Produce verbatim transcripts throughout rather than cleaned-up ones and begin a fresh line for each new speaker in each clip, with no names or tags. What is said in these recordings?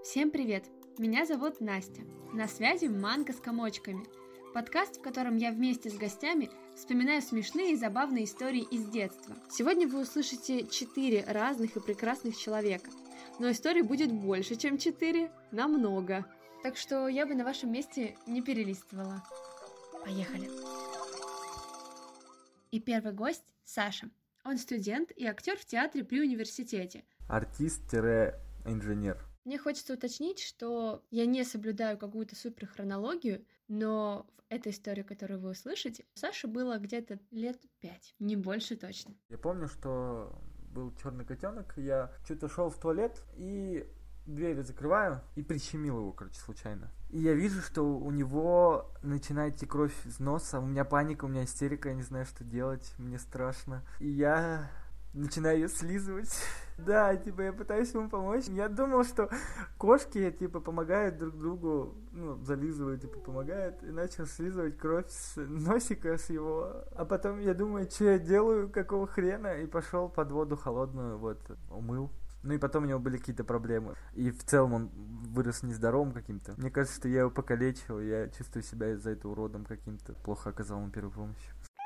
Всем привет! Меня зовут Настя. На связи «Манка с комочками». Подкаст, в котором я вместе с гостями вспоминаю смешные и забавные истории из детства. Сегодня вы услышите четыре разных и прекрасных человека. Но историй будет больше, чем четыре, намного. Так что я бы на вашем месте не перелистывала. Поехали! И первый гость – Саша. Он студент и актер в театре при университете.
Артист-инженер.
Мне хочется уточнить, что я не соблюдаю какую-то суперхронологию, но в этой истории, которую вы услышите, Саше было где-то лет пять, не больше точно.
Я помню, что был черный котенок, я что-то шел в туалет и дверь закрываю и прищемил его, короче, случайно. И я вижу, что у него начинает идти кровь из носа, у меня паника, у меня истерика, я не знаю, что делать, мне страшно. И я начинаю ее слизывать. Да, типа, я пытаюсь ему помочь. Я думал, что кошки, типа, помогают друг другу, ну, зализывают, типа, помогают. И начал слизывать кровь с носика с его. А потом я думаю, что я делаю, какого хрена? И пошел под воду холодную, вот, умыл. Ну и потом у него были какие-то проблемы. И в целом он вырос нездоровым каким-то. Мне кажется, что я его покалечил. Я чувствую себя из-за этого уродом каким-то. Плохо оказал ему первую помощь.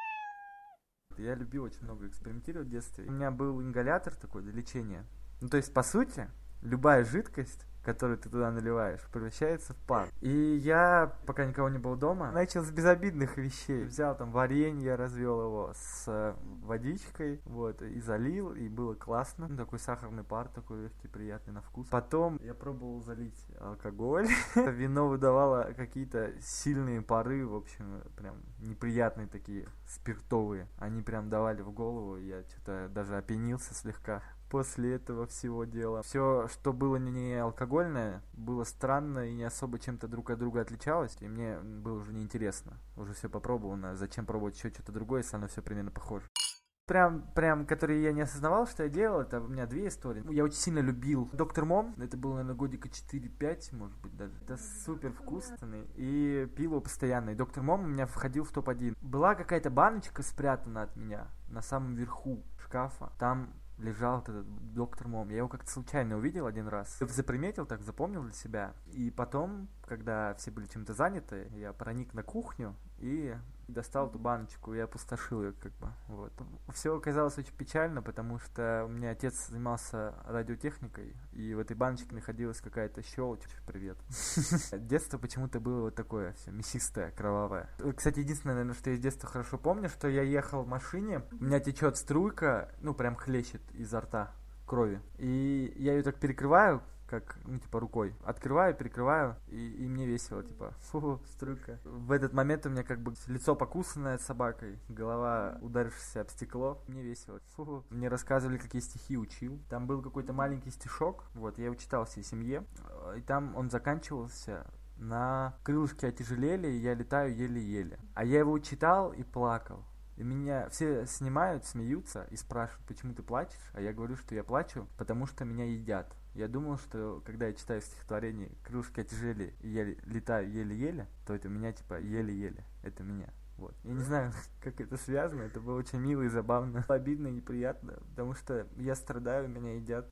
Я любил очень много экспериментировать в детстве. У меня был ингалятор такой для лечения. Ну, то есть, по сути, любая жидкость, которую ты туда наливаешь, превращается в пар. И я, пока никого не было дома, начал с безобидных вещей. Взял там варенье, развел его с водичкой, вот, и залил, и было классно. Ну, такой сахарный пар, такой легкий, приятный на вкус. Потом я пробовал залить алкоголь. Вино выдавало какие-то сильные пары, в общем, прям неприятные такие, спиртовые. Они прям давали в голову, я что-то даже опьянился слегка. После этого всего дела. Все, что было не алкогольное, было странно и не особо чем-то друг от друга отличалось. И мне было уже неинтересно. Уже все попробовано. Зачем пробовать еще что-то другое, если оно все примерно похоже. Прям, прям, которые я не осознавал, что я делал, это у меня две истории. Я очень сильно любил Доктор Мом, это было, наверное, годика четыре-пять, может быть, даже. Это супер вкусный, и пил его постоянно. И Доктор Мом у меня входил в топ один. Была какая-то баночка спрятана от меня на самом верху шкафа. Там лежал этот Доктор Мом. Я его как-то случайно увидел один раз. Заприметил, так запомнил для себя. И потом, когда все были чем-то заняты, я проник на кухню и достал эту баночку и опустошил ее, как бы, вот. Все оказалось очень печально, потому что у меня отец занимался радиотехникой, и в этой баночке находилась какая-то щелочь. Привет. Детство почему-то было вот такое все мясистое, кровавое. Кстати, единственное, наверное, что я с детства хорошо помню, что я ехал в машине, у меня течет струйка, ну, прям хлещет изо рта крови, и я ее так перекрываю, как, ну, типа, рукой. Открываю, перекрываю, и, и мне весело, типа, фу, струйка. В этот момент у меня как бы лицо покусанное собакой, голова ударившаяся об стекло. Мне весело. Фу. Мне рассказывали, какие стихи учил. Там был какой-то маленький стишок, вот, я его читал всей семье, и там он заканчивался на «крылышки отяжелели, и я летаю еле-еле». А я его читал и плакал. И меня все снимают, смеются и спрашивают, почему ты плачешь? А я говорю, что я плачу, потому что меня едят. Я думал, что когда я читаю стихотворение «крылышки отяжели, и я летаю еле-еле», то это меня типа еле-еле, это меня. Вот. Я не знаю, как это связано, это было очень мило и забавно, обидно и неприятно, потому что я страдаю, меня едят.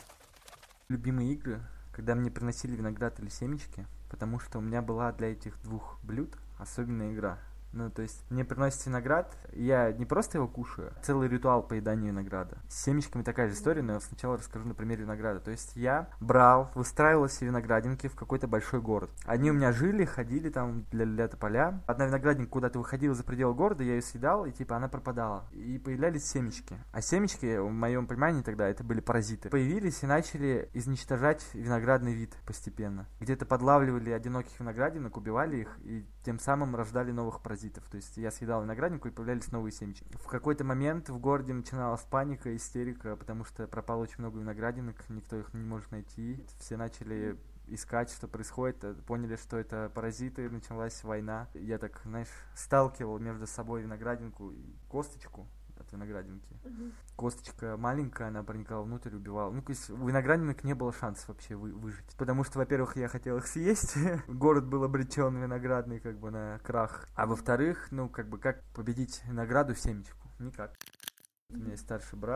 Любимые игры, когда мне приносили виноград или семечки, потому что у меня была для этих двух блюд особенная игра. Ну, то есть, мне приносят виноград, я не просто его кушаю, а целый ритуал поедания винограда. С семечками такая же история, но я сначала расскажу на примере винограда. То есть, я брал, выстраивал себе виноградинки в какой-то большой город. Они у меня жили, ходили там для, для тополя. Одна виноградинка куда-то выходила за пределы города, я ее съедал, и типа она пропадала. И появлялись семечки. А семечки, в моем понимании тогда, это были паразиты. Появились и начали изничтожать виноградный вид постепенно. Где-то подлавливали одиноких виноградинок, убивали их, и тем самым рождали новых паразитов. То есть я съедал виноградинку, и появлялись новые семечки. В какой-то момент в городе начиналась паника, истерика, потому что пропало очень много виноградинок, никто их не может найти. Все начали искать, что происходит, поняли, что это паразиты, началась война. Я так, знаешь, сталкивал между собой виноградинку и косточку от виноградинки. Uh-huh. Косточка маленькая, она проникала внутрь, убивала. Ну, то есть у виноградинок не было шансов вообще вы- выжить. Потому что, во-первых, я хотел их съесть. Город был обречен виноградный как бы на крах. А во-вторых, ну, как бы, как победить винограду в семечку? Никак. У меня есть старший брат,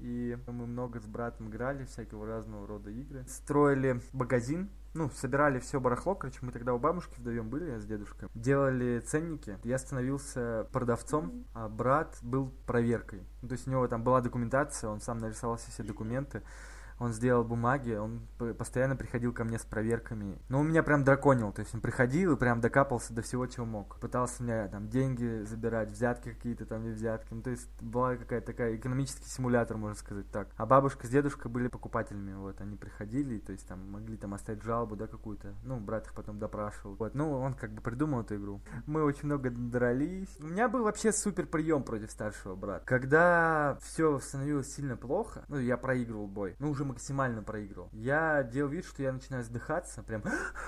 и мы много с братом играли, всякого разного рода игры. Строили магазин, ну, собирали все барахло, короче, мы тогда у бабушки вдвоем были с дедушкой, делали ценники, я становился продавцом, а брат был проверкой. Ну, то есть у него там была документация, он сам нарисовал все документы, он сделал бумаги, он постоянно приходил ко мне с проверками. Но он меня прям драконил, то есть он приходил и прям докапался до всего, чего мог. Пытался меня там деньги забирать, взятки какие-то там, не взятки. Ну, то есть была какая-то такая экономический симулятор, можно сказать так. А бабушка с дедушкой были покупателями, вот, они приходили, то есть там могли там оставить жалобу, да, какую-то. Ну, брат их потом допрашивал. Вот, ну, он как бы придумал эту игру. Мы очень много дрались. У меня был вообще супер прием против старшего брата. Когда все становилось сильно плохо, ну, я проигрывал бой, ну, уже максимально проигрывал. Я делал вид, что я начинаю задыхаться, прям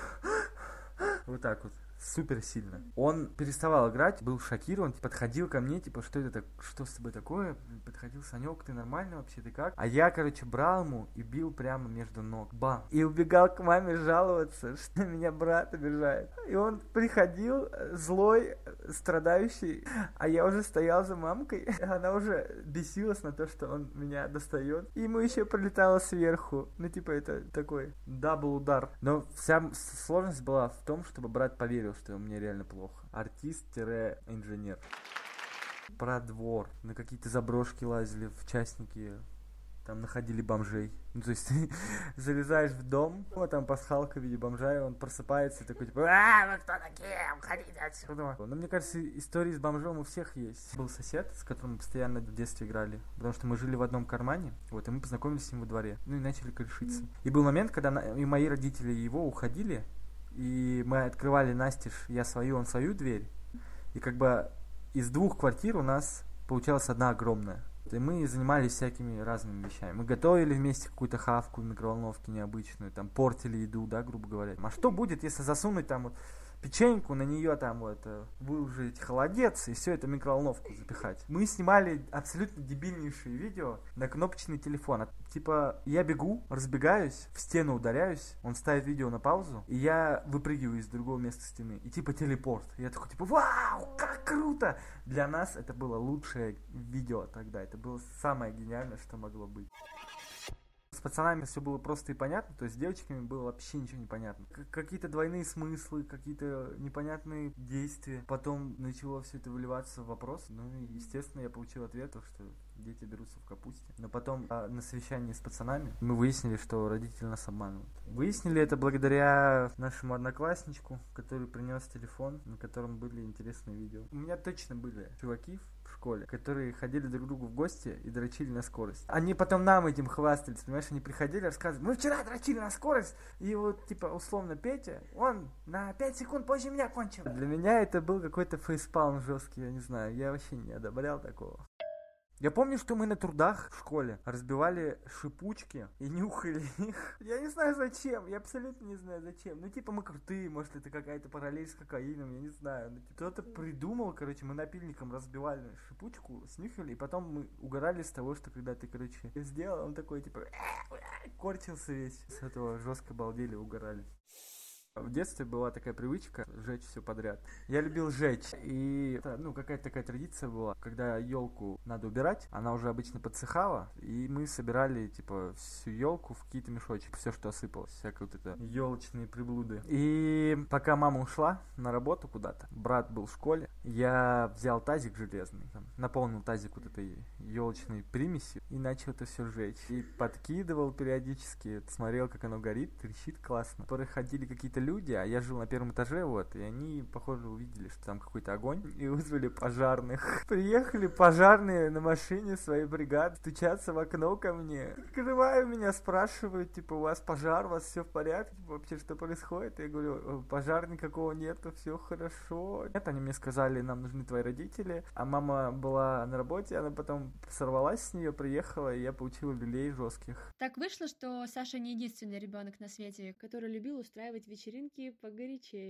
вот так вот, супер сильно. Он переставал играть, был шокирован, подходил ко мне, типа, что это так, что с тобой такое? Подходил: Санек, ты нормально вообще, ты как? А я, короче, брал ему и бил прямо между ног. Бам! И убегал к маме жаловаться, что меня брат обижает. И он приходил злой, страдающий, а я уже стоял за мамкой, она уже бесилась на то, что он меня достает. И ему еще прилетало сверху. Ну, типа, это такой дабл удар. Но вся сложность была в том, чтобы брат поверил, что мне реально плохо. Артист-инженер. Про двор. На какие-то заброшки лазили, в частники. Там находили бомжей. Ну, то есть ты залезаешь в дом, вот там пасхалка в виде бомжа, и он просыпается и такой, типа: а, вы кто такие? Уходите отсюда. Но мне кажется, истории с бомжом у всех есть. Был сосед, с которым мы постоянно в детстве играли, потому что мы жили в одном кармане, вот, и мы познакомились с ним во дворе. Ну и начали корешиться. И был момент, когда на... и мои родители и его уходили, и мы открывали настежь, я свою, он свою дверь, и как бы из двух квартир у нас получалась одна огромная. И мы занимались всякими разными вещами. Мы готовили вместе какую-то хавку в микроволновке необычную, там портили еду, да, грубо говоря. А что будет, если засунуть там вот печеньку, на нее там вот выложить холодец и все это в микроволновку запихать? Мы снимали абсолютно дебильнейшие видео на кнопочный телефон. Типа, я бегу, разбегаюсь, в стену ударяюсь, он ставит видео на паузу, и я выпрыгиваю из другого места стены. И типа телепорт. Я такой, типа, вау, как круто! Для нас это было лучшее видео тогда. Это было самое гениальное, что могло быть. С пацанами все было просто и понятно, то есть с девочками было вообще ничего не понятно. К- какие-то двойные смыслы, какие-то непонятные действия. Потом начало все это выливаться в вопрос. Ну и, естественно, я получил ответ, что дети берутся в капусте. Но потом а, на совещании с пацанами мы выяснили, что родители нас обманывают. Выяснили это благодаря нашему одноклассничку, который принес телефон, на котором были интересные видео. У меня точно были чуваки в школе, которые ходили друг к другу в гости и дрочили на скорость. Они потом нам этим хвастались, понимаешь, они приходили, рассказывали: мы вчера дрочили на скорость, и вот, типа, условно, Петя, он на пять секунд позже меня кончил. Для меня это был какой-то фейспалм жесткий, я не знаю, я вообще не одобрял такого. Я помню, что мы на трудах в школе разбивали шипучки и нюхали их. Я не знаю зачем, я абсолютно не знаю зачем. Ну, типа, мы крутые, может, это какая-то параллель с кокаином, я не знаю. Ну, типа, кто-то придумал, короче, мы напильником разбивали шипучку, снюхали, и потом мы угорали с того, что когда ты, короче, сделал, он такой, типа, корчился весь. С этого жестко балдели, угорали. В детстве была такая привычка жечь все подряд. Я любил жечь. И, ну, какая-то такая традиция была, когда елку надо убирать, она уже обычно подсыхала, и мы собирали, типа, всю елку в какие-то мешочки, все, что осыпалось, всякие вот это елочные приблуды. И пока мама ушла на работу куда-то, брат был в школе, я взял тазик железный, там, наполнил тазик вот этой елочной примесью и начал это все жечь. И подкидывал периодически, смотрел, как оно горит, трещит классно. Проходили какие-то люди, а я жил на первом этаже, вот, и они, похоже, увидели, что там какой-то огонь, и вызвали пожарных. Приехали пожарные на машине своей бригады, стучатся в окно ко мне, открывают меня, спрашивают, типа, у вас пожар, у вас все в порядке, типа, вообще, что происходит? Я говорю: пожара никакого нету, все хорошо. Нет, они мне сказали: нам нужны твои родители, а мама была на работе, она потом сорвалась с нее, приехала, и я получил люлей жестких.
Так вышло, что Саша не единственный ребенок на свете, который любил устраивать вечеринки погорячее.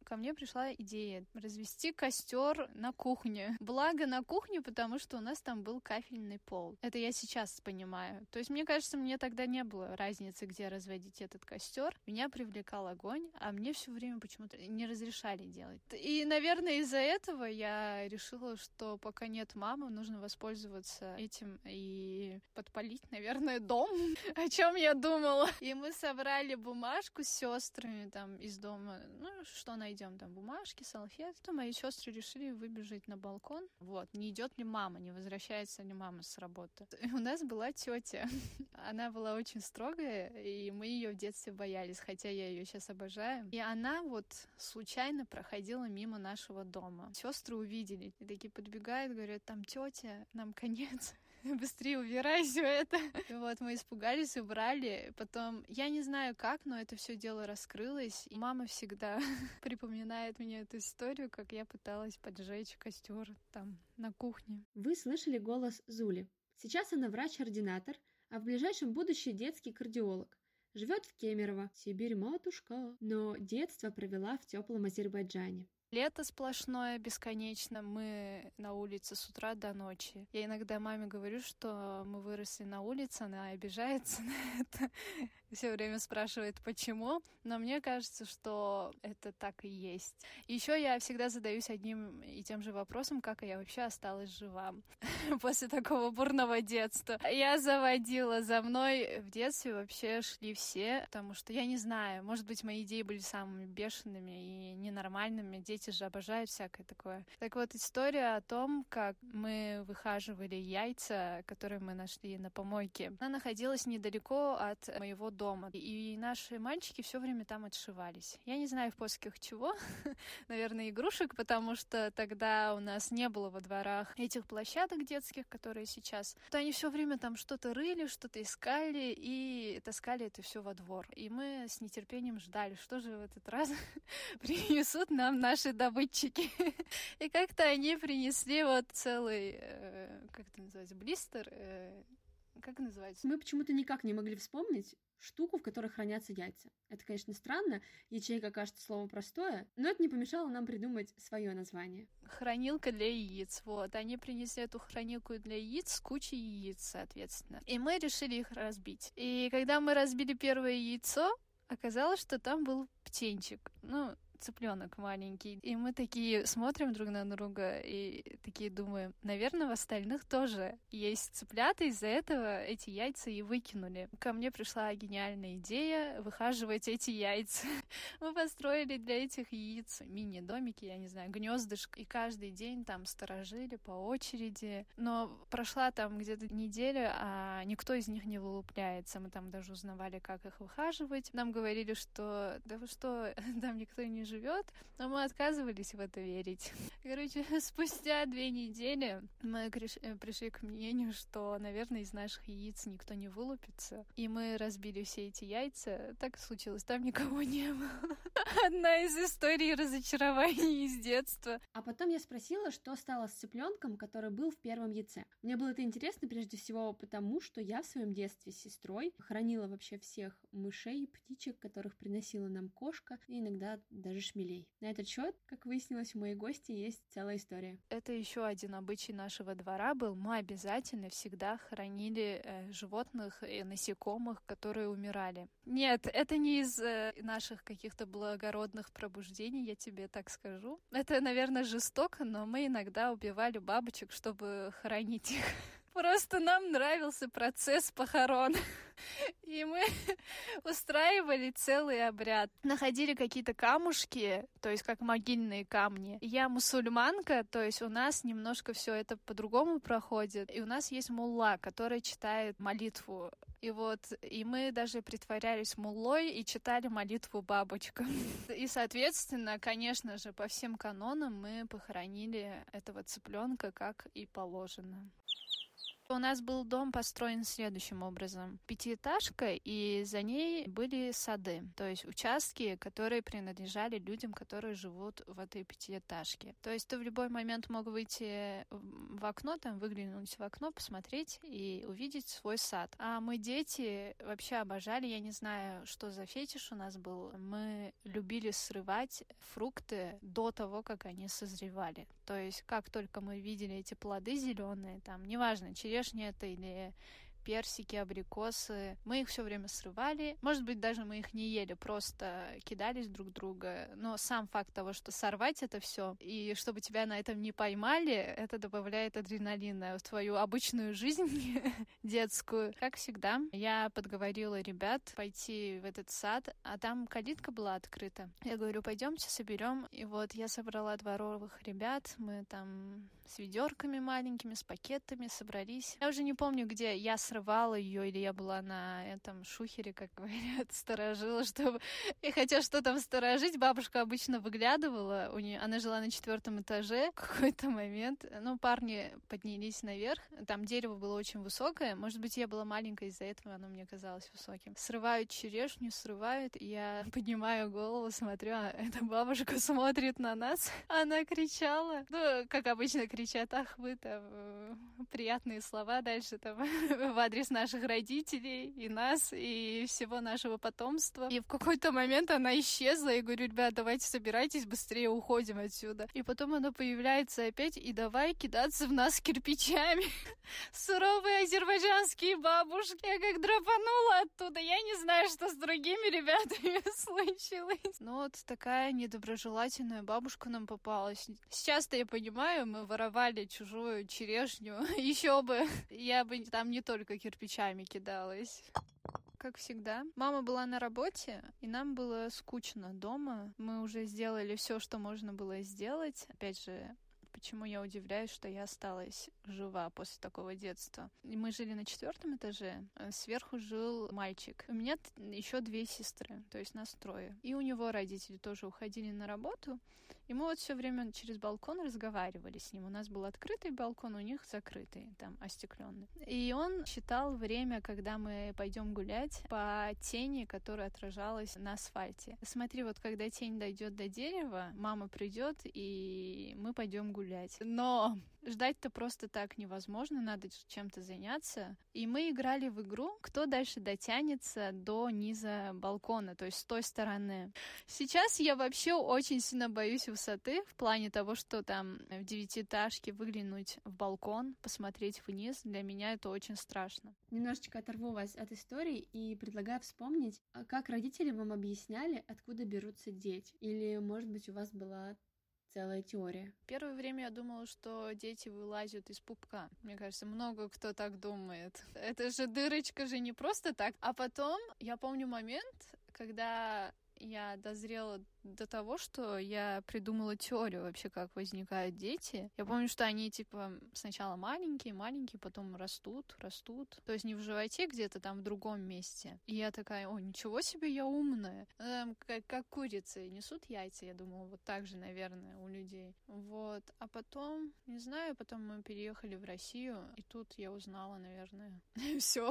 ко мне пришла идея развести костер на кухне. Благо на кухне, потому что у нас там был кафельный пол. Это я сейчас понимаю. То есть, мне кажется, мне тогда не было разницы, где разводить этот костер. Меня привлекал огонь, а мне все время почему-то не разрешали делать. И, наверное, из-за этого я решила, что пока нет мамы, нужно воспользоваться этим и подпалить, наверное, дом, о чем я думала. И мы собрали бумажку с сестрами там из дома. Ну, что найдем там? Бумажки, салфетки. То мои сестры решили выбежать на балкон. Вот, не идет ли мама, не возвращается ли мама с работы. И у нас была тетя. Она была очень строгая, и мы ее в детстве боялись, хотя я ее сейчас обожаю. И она вот случайно проходила мимо нашего дома. Сестры увидели и такие подбегают, говорят: там тетя, нам конец. Быстрее убирай все это. И вот мы испугались, убрали. Потом, я не знаю как, но это все дело раскрылось. И мама всегда припоминает мне эту историю, как я пыталась поджечь костер там на кухне.
Вы слышали голос Зули. Сейчас она врач-ординатор, а в ближайшем будущем детский кардиолог. Живет в Кемерово, Сибирь, матушка, но детство провела в теплом Азербайджане.
Лето сплошное, бесконечно. Мы на улице с утра до ночи. Я иногда маме говорю, что мы выросли на улице, она обижается на это. Все время спрашивает, почему. Но мне кажется, что это так и есть. Еще я всегда задаюсь одним и тем же вопросом, как я вообще осталась жива после такого бурного детства. Я заводила, за мной в детстве вообще шли все, потому что, я не знаю, может быть, мои идеи были самыми бешеными и ненормальными. Дети же обожают всякое такое. Так вот, история о том, как мы выхаживали яйца, которые мы нашли на помойке. Она находилась недалеко от моего дома. И наши мальчики все время там отшивались. Я не знаю в поисках чего. Наверное, игрушек, потому что тогда у нас не было во дворах этих площадок детских, которые сейчас. То они все время там что-то рыли, что-то искали и таскали это все во двор. И мы с нетерпением ждали, что же в этот раз принесут нам наши добытчики. И как-то они принесли вот целый, э, как это называется, блистер, э, как это называется?
Мы почему-то никак не могли вспомнить штуку, в которой хранятся яйца. Это, конечно, странно, ячейка, кажется, слово простое, но это не помешало нам придумать свое название.
Хранилка для яиц, вот. Они принесли эту хранилку для яиц с кучей яиц, соответственно. И мы решили их разбить. И когда мы разбили первое яйцо, оказалось, что там был птенчик. Ну, цыпленок маленький. И мы такие смотрим друг на друга и такие думаем, наверное, в остальных тоже есть цыплята, из-за этого эти яйца и выкинули. Ко мне пришла гениальная идея выхаживать эти яйца. Мы построили для этих яиц мини-домики, я не знаю, гнездышко, и каждый день там сторожили по очереди. Но прошла там где-то неделя, а никто из них не вылупляется. Мы там даже узнавали, как их выхаживать. Нам говорили, что да вы что, там никто не живет, но мы отказывались в это верить. Короче, спустя две недели мы пришли к мнению, что, наверное, из наших яиц никто не вылупится. И мы разбили все эти яйца. Так случилось, там никого не было. Одна из историй разочарований из детства.
А потом я спросила, что стало с цыпленком, который был в первом яйце. Мне было это интересно прежде всего потому, что я в своем детстве с сестрой хранила вообще всех мышей, птичек, которых приносила нам кошка, и иногда даже шмелей. На этот счет, как выяснилось, у моей гости есть целая история.
Это еще один обычай нашего двора был. Мы обязательно всегда хранили э, животных и насекомых, которые умирали. Нет, это не из э, наших каких-то благородных пробуждений, я тебе так скажу. Это, наверное, жестоко, но мы иногда убивали бабочек, чтобы хоронить их. Просто нам нравился процесс похорон. И мы устраивали целый обряд. Находили какие-то камушки, то есть как могильные камни. Я мусульманка, то есть у нас немножко все это по-другому проходит. И у нас есть мулла, который читает молитву. И вот, и мы даже притворялись муллой и читали молитву бабочкам. И, соответственно, конечно же, по всем канонам мы похоронили этого цыпленка, как и положено. У нас был дом построен следующим образом. Пятиэтажка, и за ней были сады, то есть участки, которые принадлежали людям, которые живут в этой пятиэтажке. То есть ты в любой момент мог выйти в окно, там выглянуть в окно, посмотреть и увидеть свой сад. А мы, дети, вообще обожали, я не знаю, что за фетиш у нас был. Мы любили срывать фрукты до того, как они созревали. То есть как только мы видели эти плоды зеленые, там, неважно, черешня это или персики, абрикосы. Мы их все время срывали. Может быть, даже мы их не ели, просто кидались друг друга. Но сам факт того, что сорвать это все, и чтобы тебя на этом не поймали, это добавляет адреналина в твою обычную жизнь детскую. Как всегда, я подговорила ребят пойти в этот сад, а там калитка была открыта. Я говорю, пойдемте соберем. И вот я собрала дворовых ребят, мы там с ведерками маленькими, с пакетами собрались. Я уже не помню, где я срывала ее, или я была на этом шухере, как говорят, сторожила, чтобы... Я хотела что там сторожить. Бабушка обычно выглядывала. У нее... Она жила на четвертом этаже. В какой-то момент, ну, парни поднялись наверх. Там дерево было очень высокое. Может быть, я была маленькая, из-за этого оно мне казалось высоким. Срывают черешню, срывают. И я поднимаю голову, смотрю, а эта бабушка смотрит на нас. Она кричала. Ну, как обычно кричат, ах, вы там приятные слова дальше там в адрес наших родителей и нас, и всего нашего потомства. И в какой-то момент она исчезла, и говорю, ребят, давайте собирайтесь, быстрее уходим отсюда. И потом она появляется опять, и давай кидаться в нас кирпичами. Суровые азербайджанские бабушки. Я как драпанула оттуда. Я не знаю, что с другими ребятами случилось. Ну вот такая недоброжелательная бабушка нам попалась. Сейчас-то я понимаю, мы воровали чужую черешню. Еще бы. Я бы там не только кирпичами кидалась. Как всегда. Мама была на работе, и нам было скучно дома. Мы уже сделали все, что можно было сделать. Опять же, почему я удивляюсь, что я осталась жива после такого детства. И мы жили на четвертом этаже, сверху жил мальчик. У меня еще две сестры, то есть нас трое. И у него родители тоже уходили на работу. И мы вот все время через балкон разговаривали с ним. У нас был открытый балкон, у них закрытый, там, остекленный. И он считал время, когда мы пойдем гулять, по тени, которая отражалась на асфальте. Смотри, вот когда тень дойдет до дерева, мама придет, и мы пойдем гулять. Но ждать-то просто так невозможно, надо чем-то заняться. И мы играли в игру, кто дальше дотянется до низа балкона, то есть с той стороны. Сейчас я вообще очень сильно боюсь высоты, в плане того, что там в девятиэтажке выглянуть в балкон, посмотреть вниз. Для меня это очень страшно.
Немножечко оторву вас от истории и предлагаю вспомнить, как родители вам объясняли, откуда берутся дети. Или, может быть, у вас была целая теория.
Первое время я думала, что дети вылазят из пупка. Мне кажется, много кто так думает. Это же дырочка же не просто так. А потом я помню момент, когда я дозрела до того, что я придумала теорию вообще, как возникают дети. Я помню, что они, типа, сначала маленькие, маленькие, потом растут, растут. То есть не в животе где-то там в другом месте. И я такая, о, ничего себе, я умная. Эм, как, как курицы несут яйца, я думала, вот так же, наверное, у людей. Вот. А потом, не знаю, потом мы переехали в Россию, и тут я узнала, наверное, все.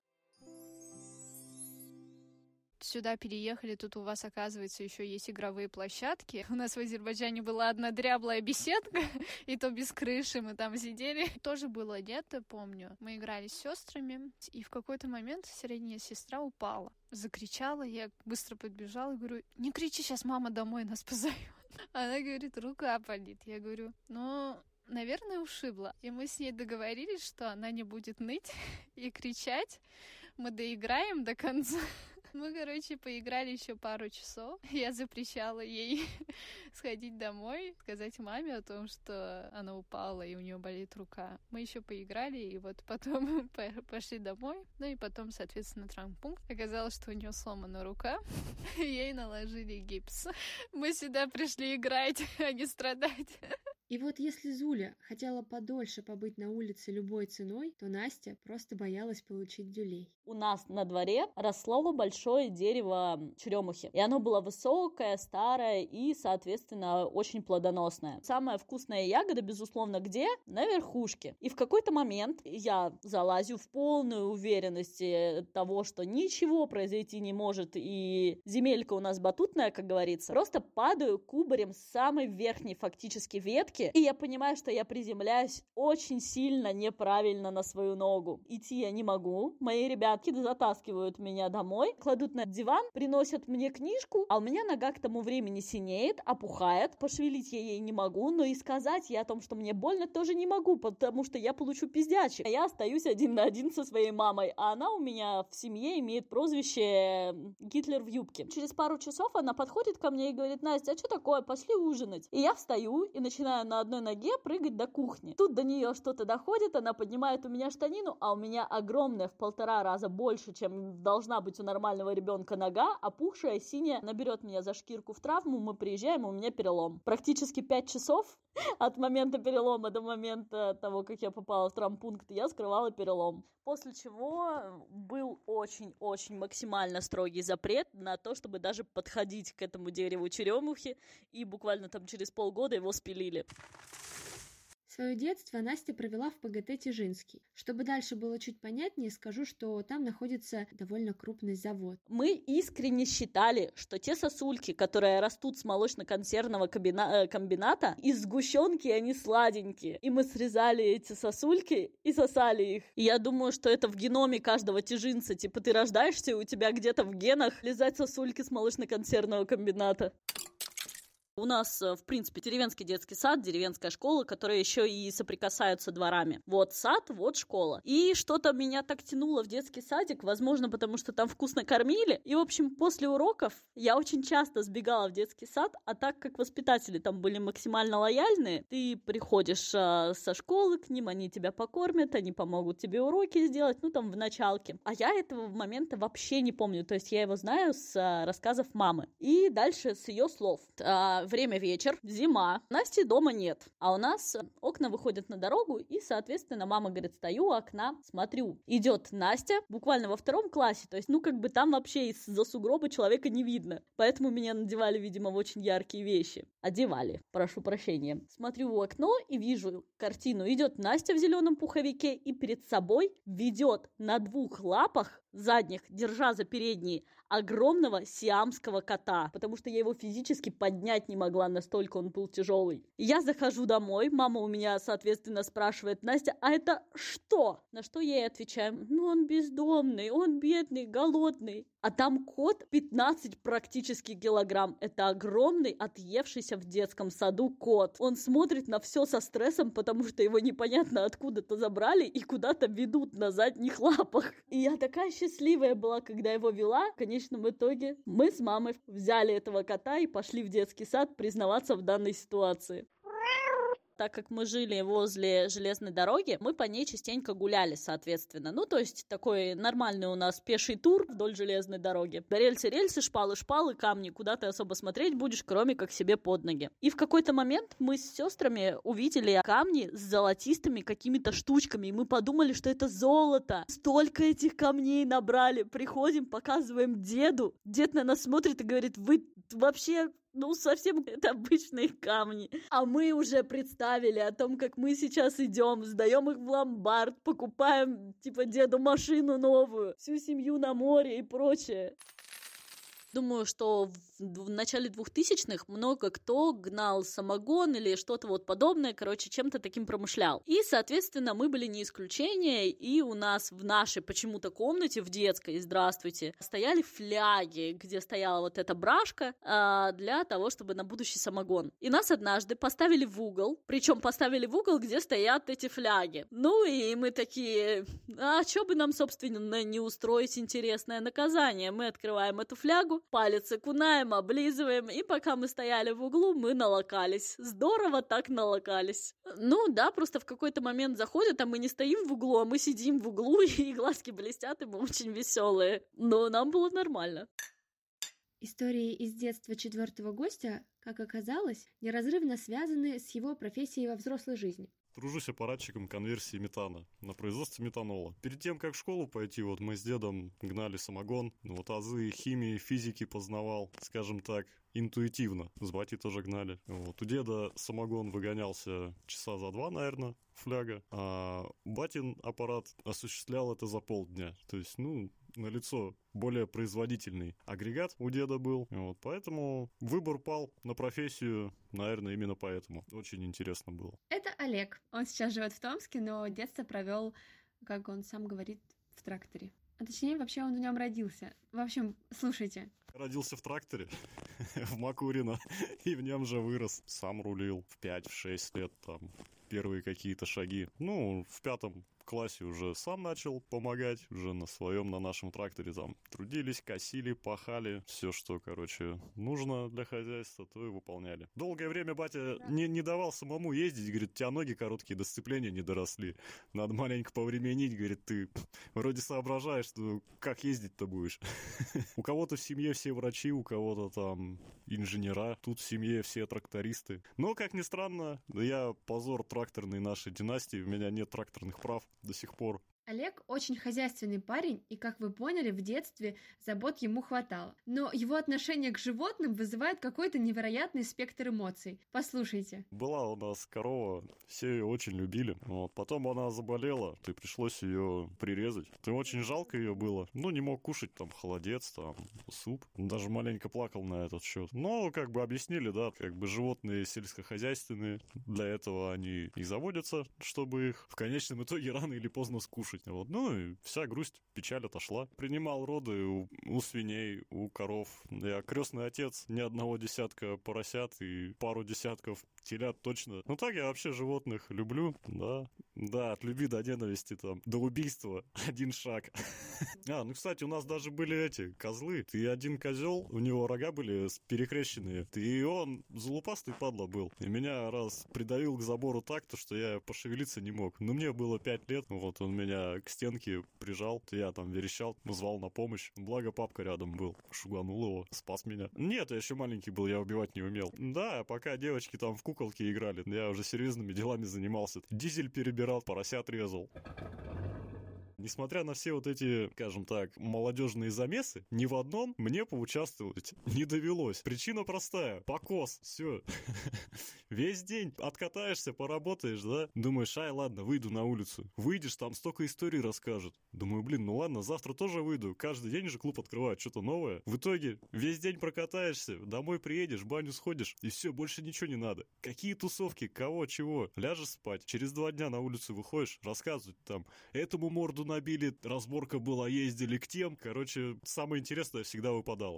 Сюда переехали, тут у вас, оказывается, еще есть игровые площадки. У нас в Азербайджане была одна дряблая беседка, и то без крыши мы там сидели. Тоже было лето, помню. Мы играли с сестрами, и в какой-то момент средняя сестра упала. Закричала, я быстро подбежала и говорю, не кричи, сейчас мама домой нас позовет. Она говорит, рука болит. Я говорю, ну... наверное, ушибла. И мы с ней договорились, что она не будет ныть и кричать. Мы доиграем до конца. Мы, короче, поиграли еще пару часов. Я запрещала ей сходить домой, сказать маме о том, что она упала и у нее болит рука. Мы еще поиграли, и вот потом пошли домой. Ну и потом, соответственно, травмпункт. Оказалось, что у нее сломана рука. Ей наложили гипс. Мы сюда пришли играть, а не страдать.
И вот если Зуля хотела подольше побыть на улице любой ценой, то Настя просто боялась получить дюлей.
у нас на дворе росло большое дерево черемухи. И оно было высокое, старое и, соответственно, очень плодоносное. Самая вкусная ягода, безусловно, где? На верхушке. И в какой-то момент я залазю в полную уверенность того, что ничего произойти не может, и земелька у нас батутная, как говорится. Просто падаю кубарем с самой верхней фактически ветки, и я понимаю, что я приземляюсь очень сильно неправильно на свою ногу. Идти я не могу. Мои ребята затаскивают меня домой, кладут на диван, приносят мне книжку, а у меня нога к тому времени синеет, опухает, пошевелить я ей не могу, но и сказать я о том, что мне больно, тоже не могу, потому что я получу пиздячек. А я остаюсь один на один со своей мамой, а она у меня в семье имеет прозвище Гитлер в юбке. Через пару часов она подходит ко мне и говорит: Настя, а что такое? Пошли ужинать. И я встаю и начинаю на одной ноге прыгать до кухни. Тут до нее что-то доходит, она поднимает у меня штанину, а у меня огромная в полтора раза больше, чем должна быть у нормального ребенка нога, опухшая, синяя, наберет меня за шкирку в травму, мы приезжаем, и у меня перелом. Практически пять часов от момента перелома до момента того, как я попала в травмпункт, я скрывала перелом. После чего был очень-очень максимально строгий запрет на то, чтобы даже подходить к этому дереву черемухи, и буквально там через полгода его спилили.
Свое детство Настя провела в ПГТ Тижинский. Чтобы дальше было чуть понятнее, скажу, что там находится довольно крупный завод.
Мы искренне считали, что те сосульки, которые растут с молочно-консервного комбина- комбината, из сгущенки они сладенькие. И мы срезали эти сосульки и сосали их. И я думаю, что это в геноме каждого тижинца. Типа ты рождаешься, и у тебя где-то в генах лизать сосульки с молочно-консервного комбината. У нас, в принципе, деревенский детский сад, деревенская школа, которые еще и соприкасаются дворами. Вот сад, вот школа. И что-то меня так тянуло в детский садик, возможно, потому что там вкусно кормили. И, в общем, после уроков я очень часто сбегала в детский сад, а так как воспитатели там были максимально лояльные, ты приходишь э, со школы к ним, они тебя покормят, они помогут тебе уроки сделать, ну, там, в началке. А я этого момента вообще не помню, то есть я его знаю с э, рассказов мамы. И дальше с ее слов. Время вечер, зима, Насти дома нет, а у нас окна выходят на дорогу, и, соответственно, мама говорит: стою у окна, смотрю, идет Настя, буквально во втором классе, то есть, ну, как бы там вообще из-за сугроба человека не видно, поэтому меня надевали, видимо, в очень яркие вещи, одевали, прошу прощения. Смотрю в окно и вижу картину, идет Настя в зеленом пуховике и перед собой ведет на двух лапах задних, держа за передние, огромного сиамского кота, потому что я его физически поднять не могла, настолько он был тяжелый. Я захожу домой, мама у меня, соответственно, спрашивает: Настя, а это что? На что я ей отвечаю: ну, он бездомный, он бедный, голодный. А там кот пятнадцать практически килограмм. Это огромный, отъевшийся в детском саду кот. Он смотрит на все со стрессом, потому что его непонятно откуда-то забрали и куда-то ведут на задних лапах. И я такая счастливая была, когда его вела. В конечном итоге мы с мамой взяли этого кота и пошли в детский сад признаваться в данной ситуации. Так как мы жили возле железной дороги, мы по ней частенько гуляли, соответственно. Ну, то есть такой нормальный у нас пеший тур вдоль железной дороги. Рельсы-рельсы, шпалы-шпалы, камни. Куда ты особо смотреть будешь, кроме как себе под ноги. И в какой-то момент мы с сестрами увидели камни с золотистыми какими-то штучками, и мы подумали, что это золото. Столько этих камней набрали. Приходим, показываем деду. Дед на нас смотрит и говорит: вы вообще... Ну, совсем это обычные камни. А мы уже представили о том, как мы сейчас идем, сдаем их в ломбард, покупаем, типа, деду машину новую, всю семью на море и прочее. Думаю, что в, в начале двухтысячных много кто гнал самогон или что-то вот подобное, короче, чем-то таким промышлял. И, соответственно, мы были не исключение, и у нас в нашей почему-то комнате, в детской, здравствуйте, стояли фляги, где стояла вот эта брашка а, для того, чтобы на будущий самогон. И нас однажды поставили в угол, причем поставили в угол, где стоят эти фляги. Ну и мы такие: а что бы нам, собственно, не устроить интересное наказание? Мы открываем эту флягу, палец окунаем, облизываем, и пока мы стояли в углу, мы налокались. Здорово так налокались. Ну да, просто в какой-то момент заходят, а мы не стоим в углу, а мы сидим в углу, и глазки блестят, и мы очень веселые. Но нам было нормально.
Истории из детства четвертого гостя, как оказалось, неразрывно связаны с его профессией во взрослой жизни.
Тружусь аппаратчиком конверсии метана на производстве метанола. Перед тем, как в школу пойти, вот мы с дедом гнали самогон. Вот азы химии, физики познавал, скажем так, интуитивно. С батей тоже гнали. Вот. У деда самогон выгонялся часа за два, наверное, фляга. А батин аппарат осуществлял это за полдня. То есть, ну, налицо более производительный агрегат у деда был. Вот. Поэтому выбор пал на профессию, наверное, именно поэтому. Очень интересно было.
Это Олег. Он сейчас живет в Томске, но детство провел, как он сам говорит, в тракторе. А точнее, вообще он в нем родился. В общем, слушайте.
Родился в тракторе, в Макурино, и в нем же вырос. Сам рулил в пять-шесть лет, там, первые какие-то шаги. Ну, в пятом классе уже сам начал помогать, уже на своем, на нашем тракторе там трудились, косили, пахали, все, что, короче, нужно для хозяйства, то и выполняли. Долгое время батя не, не давал самому ездить, говорит, у тебя ноги короткие, до сцепления не доросли, надо маленько повременить, говорит, ты вроде соображаешь, что как ездить-то будешь. У кого-то в семье все врачи, у кого-то там инженера, тут в семье все трактористы. Но, как ни странно, я позор тракторной нашей династии, у меня нет тракторных прав до сих пор.
Олег очень хозяйственный парень, и, как вы поняли, в детстве забот ему хватало. Но его отношение к животным вызывает какой-то невероятный спектр эмоций. Послушайте.
Была у нас корова, все ее очень любили. Вот. Потом она заболела, и пришлось ее прирезать. И очень жалко ее было. Ну, не мог кушать там холодец, там, суп. Даже маленько плакал на этот счет. Но, как бы объяснили, да, как бы животные сельскохозяйственные, для этого они и заводятся, чтобы их в конечном итоге рано или поздно скушать. Вот. Ну и вся грусть, печаль отошла. Принимал роды у, у свиней, у коров. Я крестный отец ни одного десятка поросят и пару десятков телят точно. Ну так я вообще животных люблю, да. Да, от любви до ненависти там, до убийства один шаг. А, ну, кстати, у нас даже были эти козлы. И один козел, у него рога были перекрещенные. И он залупастый падла был. И меня раз придавил к забору так-то, что я пошевелиться не мог. Но мне было пять лет, вот он меня к стенке прижал. Я там верещал, звал на помощь. Благо папка рядом был. Шуганул его, спас меня. Нет, я еще маленький был, я убивать не умел. Да, пока девочки там в куколки играли, я уже серьезными делами занимался. Дизель перебирал, поросят резал. Несмотря на все вот эти, скажем так, молодежные замесы, ни в одном мне поучаствовать не довелось. Причина простая. Покос. Все. Весь день откатаешься, поработаешь, да? Думаешь, ай, ладно, выйду на улицу. Выйдешь, там столько историй расскажут. Думаю, блин, ну ладно, завтра тоже выйду. Каждый день же клуб открывают, что-то новое. В итоге весь день прокатаешься, домой приедешь, в баню сходишь, и все, больше ничего не надо. Какие тусовки, кого, чего? Ляжешь спать. Через два дня на улицу выходишь, рассказывать там, этому морду набили, разборка была, ездили к тем. Короче, самое интересное всегда выпадало.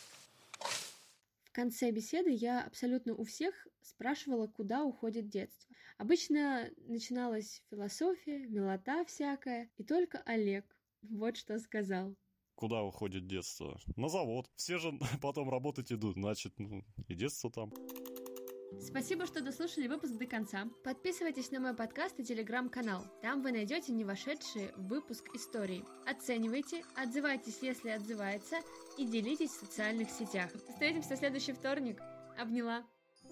В конце беседы я абсолютно у всех спрашивала, куда уходит детство. Обычно начиналась философия, милота всякая, и только Олег вот что сказал.
Куда уходит детство? На завод. Все же потом работать идут, значит, ну, и детство там.
Спасибо, что дослушали выпуск до конца. Подписывайтесь на мой подкаст и телеграм-канал. Там вы найдете не вошедшие в выпуск истории. Оценивайте, отзывайтесь, если отзывается, и делитесь в социальных сетях. Встретимся в следующий вторник. Обняла.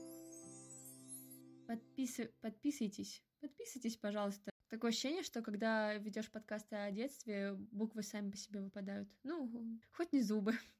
Подпис... Подписывайтесь. Подписывайтесь, пожалуйста. Такое ощущение, что когда ведешь подкасты о детстве, буквы сами по себе выпадают. Ну, хоть не зубы.